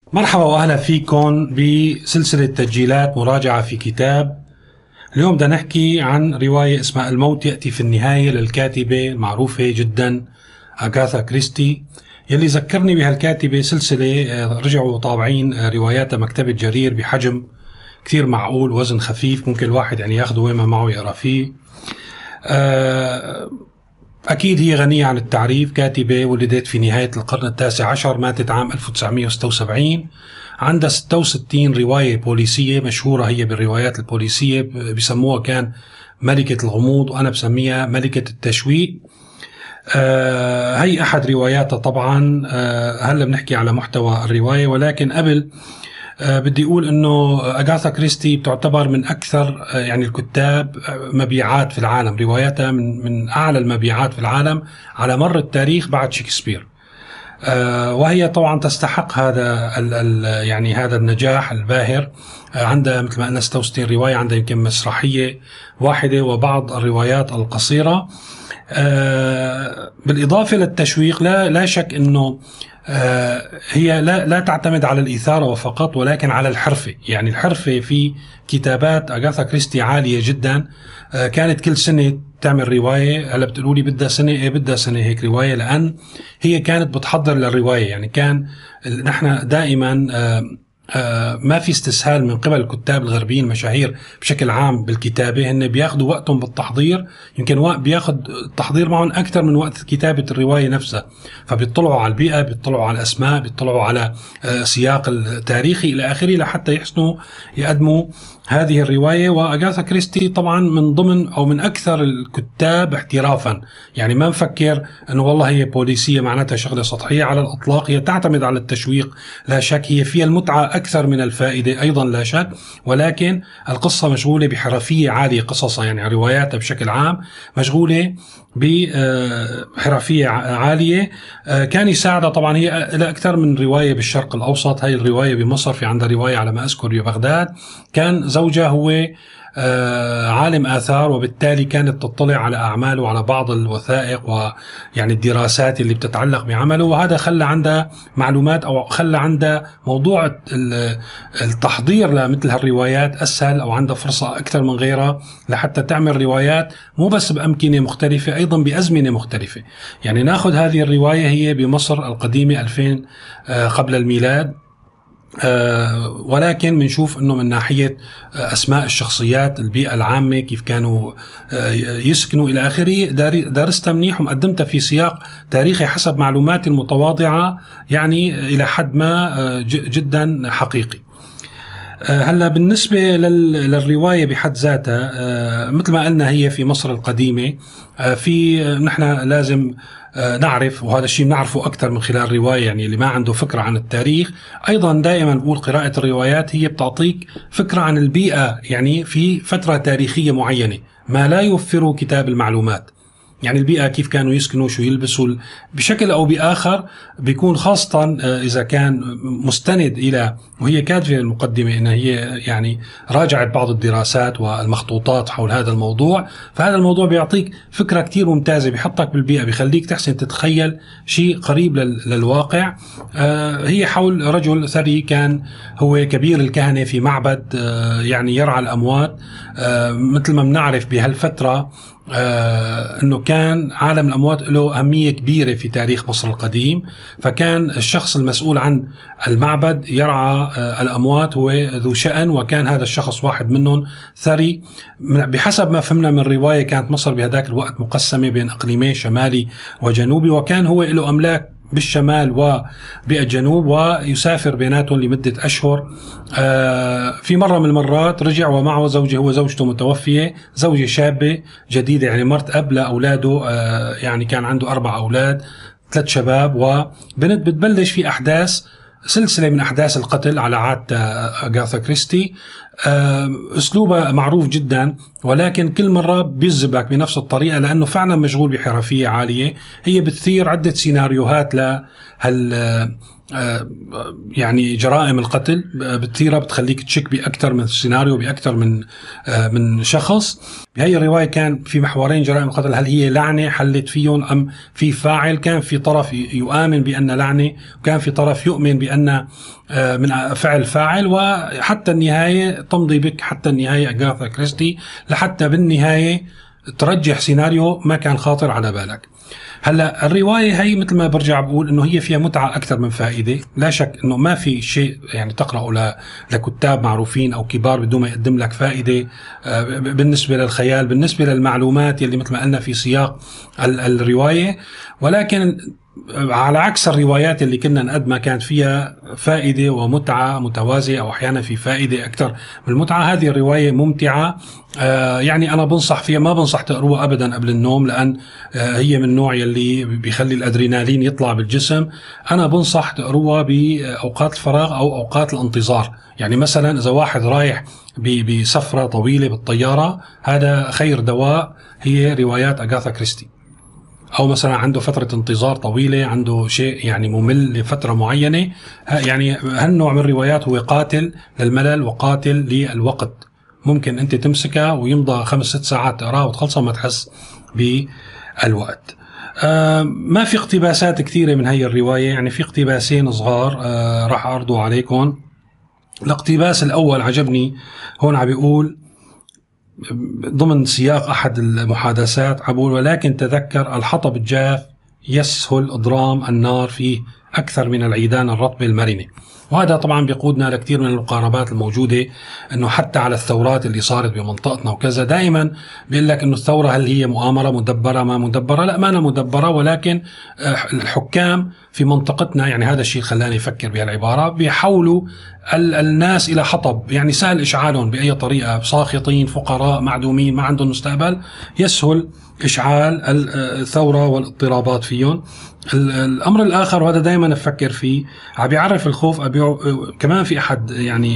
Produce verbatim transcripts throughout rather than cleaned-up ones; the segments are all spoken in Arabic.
مرحبا وأهلا فيكم بسلسلة تسجيلات مراجعة في كتاب. اليوم بدنا نحكي عن رواية اسمها الموت يأتي في النهاية للكاتبة المعروفة جدا أغاثا كريستي، يلي ذكرني بهالكاتبة سلسلة رجعوا طابعين رواياتها مكتبة جرير بحجم كثير معقول، وزن خفيف، ممكن الواحد يعني ياخده وين ما معه يقرأ فيه. أكيد هي غنية عن التعريف، كاتبة ولدت في نهاية القرن التاسع عشر، ماتت عام ألف وتسعمائة وستة وسبعين، عندها ستة وستين رواية بوليسية، مشهورة هي بالروايات البوليسية، بسموها كان ملكة الغموض، وأنا بسميها ملكة التشويق. آه هي أحد رواياتها طبعا. آه هلأ بنحكي على محتوى الرواية، ولكن قبل أه بدي أقول أنه أغاثا كريستي تعتبر من أكثر أه يعني الكتاب مبيعات في العالم، رواياتها من, من أعلى المبيعات في العالم على مر التاريخ بعد شكسبير. أه وهي طبعا تستحق هذا ال ال يعني هذا النجاح الباهر. أه عندها مثل ما قلنا ستة وستين رواية، عندها يمكن مسرحية واحدة وبعض الروايات القصيرة. أه بالإضافة للتشويق، لا, لا شك أنه آه هي لا, لا تعتمد على الإثارة فقط، ولكن على الحرفة. يعني الحرفة في كتابات أغاثا كريستي عالية جدا. آه كانت كل سنة تعمل رواية. هلا بتقولوا لي بدها سنة، إيه بدها سنة هيك رواية، لأن هي كانت بتحضر للرواية. يعني كان نحن دائما آه آه ما في استسهال من قبل الكتاب الغربيين المشاهير بشكل عام بالكتابة، هن بياخدوا وقتهم بالتحضير، يمكن بياخد التحضير معهم أكثر من وقت كتابة الرواية نفسها. فبيطلعوا على البيئة، بيطلعوا على الأسماء، بيطلعوا على آه سياق التاريخي إلى آخره لحتى يحسنوا يقدموا هذه الرواية. وأغاثا كريستي طبعا من ضمن أو من أكثر الكتاب احترافا. يعني ما نفكر أنه والله هي بوليسية معناتها شغلة سطحية، على الأطلاق. هي تعتمد على التشويق لا شك، هي فيها المتعة أكثر من الفائدة أيضا لا شك، ولكن القصة مشغولة بحرفية عالية. قصصها يعني رواياتها بشكل عام مشغولة بحرفية عالية. كان يساعدها طبعا هي أكثر من رواية بالشرق الأوسط. هاي الرواية بمصر، في عندها رواية على ما أذكر ببغداد. كان زوجها هو عالم آثار، وبالتالي كانت تطلع على أعماله وعلى بعض الوثائق ويعني الدراسات اللي بتتعلق بعمله، وهذا خلى عندها معلومات أو خلى عندها موضوع التحضير لمثل هالروايات أسهل، أو عندها فرصة أكثر من غيرها لحتى تعمل روايات مو بس بأمكنة مختلفة، أيضا بأزمنة مختلفة. يعني ناخذ هذه الرواية هي بمصر القديمة ألفين قبل الميلاد. أه ولكن بنشوف انه من ناحيه اسماء الشخصيات، البيئه العامه، كيف كانوا أه يسكنوا الى اخره، دارستها منيح ومقدمتها في سياق تاريخي حسب معلوماتي المتواضعه، يعني الى حد ما أه جدا حقيقي. أه هلا بالنسبه للروايه بحد ذاتها، أه مثل ما قلنا هي في مصر القديمه. أه في نحن لازم نعرف، وهذا الشيء نعرفه أكثر من خلال الرواية، يعني اللي ما عنده فكرة عن التاريخ. أيضا دائما بقول قراءة الروايات هي بتعطيك فكرة عن البيئة، يعني في فترة تاريخية معينة، ما لا يوفره كتاب المعلومات. يعني البيئة كيف كانوا يسكنوا، شو يلبسوا، بشكل أو بآخر بيكون، خاصة إذا كان مستند إلى، وهي كاتبة المقدمة إن هي يعني راجعت بعض الدراسات والمخطوطات حول هذا الموضوع. فهذا الموضوع بيعطيك فكرة كتير ممتازة، بيحطك بالبيئة، بيخليك تحسن تتخيل شيء قريب للواقع. هي حول رجل ثري كان هو كبير الكهنة في معبد يعني يرعى الأموات. مثل ما بنعرف بهالفترة آه أنه كان عالم الأموات له أهمية كبيرة في تاريخ مصر القديم. فكان الشخص المسؤول عن المعبد يرعى آه الأموات هو ذو شأن، وكان هذا الشخص واحد منهم ثري. بحسب ما فهمنا من الرواية كانت مصر بهذاك الوقت مقسمة بين إقليمين، شمالي وجنوبي، وكان هو له أملاك بالشمال وبالجنوب، ويسافر بيناتهم لمدة أشهر. آه في مرة من المرات رجع ومعه زوجة، هو زوجته متوفية، زوجة شابة جديدة، يعني مرت أب لأولاده. آه يعني كان عنده أربع أولاد، ثلاث شباب وبنت. بتبلش في أحداث سلسلة من أحداث القتل على عادة أغاثا كريستي. أسلوبها معروف جدا، ولكن كل مرة بيجذبك بنفس الطريقة لأنه فعلا مشغول بحرفية عالية. هي بتثير عدة سيناريوهات لهال يعني جرائم القتل، بتثيرها بتخليك تشك بأكثر من سيناريو بأكثر من من شخص. بهي الرواية كان في محورين جرائم القتل، هل هي لعنة حلت فيهم أم في فاعل؟ كان في طرف يؤمن بأن لعنة، وكان في طرف يؤمن بأن من فعل فاعل، وحتى النهاية تمضي بك حتى النهاية أغاثا كريستي لحتى بالنهاية ترجح سيناريو ما كان خاطر على بالك. هلا الرواية هي مثل ما برجع بقول انه هي فيها متعة اكثر من فائدة. لا شك انه ما في شيء يعني تقرأه لكتاب معروفين او كبار بدون ما يقدم لك فائدة بالنسبة للخيال، بالنسبة للمعلومات يلي مثل ما قلنا في سياق الرواية. ولكن على عكس الروايات اللي كنا نقدمها كانت فيها فائدة ومتعة متوازية، أو أحيانا في فائدة أكثر من المتعة، هذه الرواية ممتعة. آه يعني أنا بنصح فيها، ما بنصح تقروها أبدا قبل النوم، لأن آه هي من النوع يلي بيخلي الأدرينالين يطلع بالجسم. أنا بنصح تقروها بأوقات الفراغ أو أوقات الانتظار. يعني مثلا إذا واحد رايح بسفرة طويلة بالطيارة، هذا خير دواء هي روايات أغاثا كريستي. أو مثلا عنده فترة انتظار طويلة، عنده شيء يعني ممل لفترة معينة، يعني هالنوع من الروايات هو قاتل للملل وقاتل للوقت. ممكن أنت تمسكها ويمضى خمس ست ساعات تقراها وتخلصها ما تحس بالوقت. آه ما في اقتباسات كثيرة من هاي الرواية، يعني في اقتباسين صغار آه راح أعرضه عليكم. الاقتباس الأول عجبني، هون عم بيقول ضمن سياق أحد المحادثات عبول: ولكن تذكر الحطب الجاف يسهل إضرام النار فيه أكثر من العيدان الرطبة المرنة. وهذا طبعا بيقودنا لكثير من المقاربات الموجودة، أنه حتى على الثورات اللي صارت بمنطقتنا وكذا دائما بيقول لك أنه الثورة هل هي مؤامرة مدبرة ما مدبرة؟ لا، ما أنا مدبرة، ولكن الحكام في منطقتنا، يعني هذا الشيء خلاني أفكر بهالعبارة، بيحولوا الناس إلى حطب، يعني سهل إشعالهم بأي طريقة، ساخطين فقراء معدومين ما عندهم مستقبل، يسهل إشعال الثورة والاضطرابات فيهم. الأمر الآخر، وهذا دائما أفكر فيه، عم يعرف الخوف أبيع كمان في أحد يعني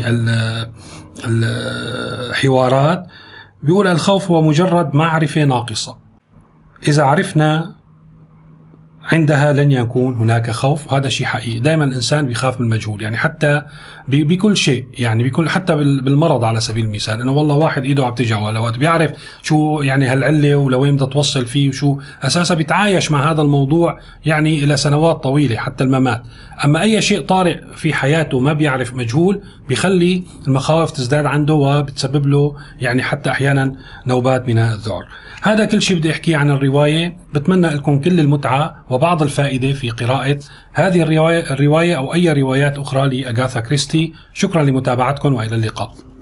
الحوارات، بيقول الخوف هو مجرد معرفة ناقصة، إذا عرفنا عندها لن يكون هناك خوف. هذا شيء حقيقي، دائما الإنسان بيخاف من المجهول، يعني حتى بكل شيء، يعني بيكون حتى بالمرض على سبيل المثال، إنه والله واحد إيده عم تجع ولا وقت بيعرف شو يعني هالعلة ولوين بدها توصل فيه وشو أساسا، بيتعايش مع هذا الموضوع يعني إلى سنوات طويلة حتى الممات. أما أي شيء طارئ في حياته ما بيعرف مجهول، بيخلي المخاوف تزداد عنده وبتسبب له يعني حتى أحيانا نوبات من الذعر. هذا كل شيء بدي أحكيه عن الرواية. بتمنى لكم كل المتعة وبعض الفائدة في قراءة هذه الرواية, الرواية أو أي روايات أخرى لأغاثا كريستي. شكرا لمتابعتكم وإلى اللقاء.